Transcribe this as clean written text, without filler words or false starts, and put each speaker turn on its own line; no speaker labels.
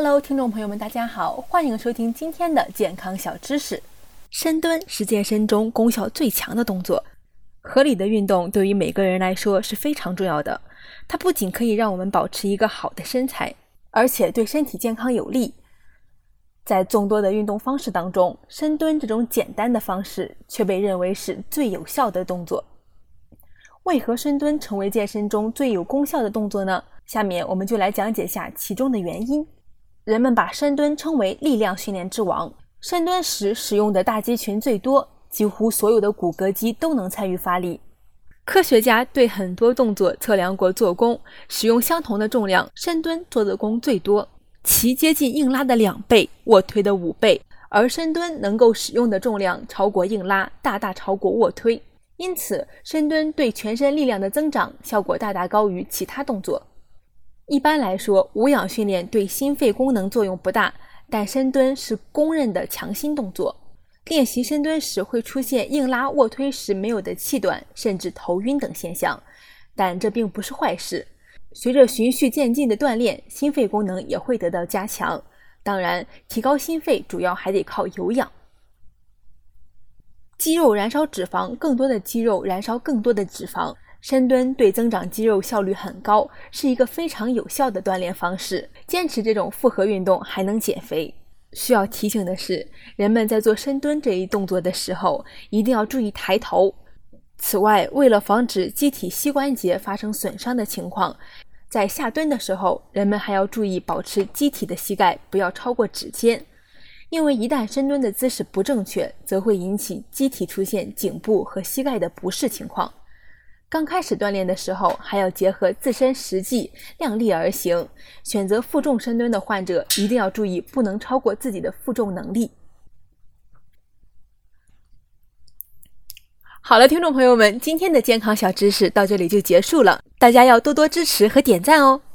Hello， 听众朋友们，大家好，欢迎收听今天的健康小知识。深蹲是健身中功效最强的动作，合理的运动对于每个人来说是非常重要的。它不仅可以让我们保持一个好的身材，而且对身体健康有利。在众多的运动方式当中，深蹲这种简单的方式却被认为是最有效的动作。为何深蹲成为健身中最有功效的动作呢？下面我们就来讲解下其中的原因。人们把深蹲称为力量训练之王，深蹲时使用的大肌群最多，几乎所有的骨骼肌都能参与发力。科学家对很多动作测量过做功，使用相同的重量，深蹲做的功最多，其接近硬拉的2倍，卧推的5倍，而深蹲能够使用的重量超过硬拉，大大超过卧推。因此，深蹲对全身力量的增长效果大大高于其他动作。一般来说，无氧训练对心肺功能作用不大，但深蹲是公认的强心动作。练习深蹲时会出现硬拉、卧推时没有的气短，甚至头晕等现象，但这并不是坏事。随着循序渐进的锻炼，心肺功能也会得到加强。当然，提高心肺主要还得靠有氧。肌肉燃烧脂肪，更多的肌肉燃烧更多的脂肪。深蹲对增长肌肉效率很高，是一个非常有效的锻炼方式。坚持这种复合运动还能减肥。需要提醒的是，人们在做深蹲这一动作的时候，一定要注意抬头。此外，为了防止机体膝关节发生损伤的情况，在下蹲的时候，人们还要注意保持机体的膝盖不要超过指尖。因为一旦深蹲的姿势不正确，则会引起机体出现颈部和膝盖的不适情况。刚开始锻炼的时候，还要结合自身实际，量力而行。选择负重深蹲的患者一定要注意，不能超过自己的负重能力。好了，听众朋友们，今天的健康小知识到这里就结束了，大家要多多支持和点赞哦。